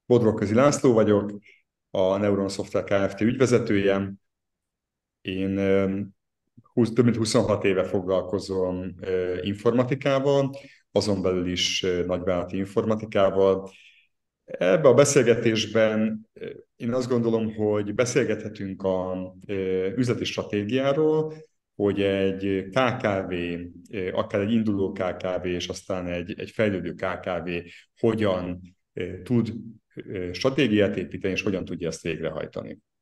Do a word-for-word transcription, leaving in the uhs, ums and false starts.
Bodrogközi László vagyok, a Neuron Software Kft. Ügyvezetője. Én húsz, több mint huszonhat éve foglalkozom informatikával, azon belül is nagyvállalati informatikával. Ebben a beszélgetésben én azt gondolom, hogy beszélgethetünk a üzleti stratégiáról, hogy egy ká ká vé, akár egy induló ká ká vé, és aztán egy, egy fejlődő ká ká vé hogyan tud stratégiát építeni, és hogyan tudja ezt végrehajtani.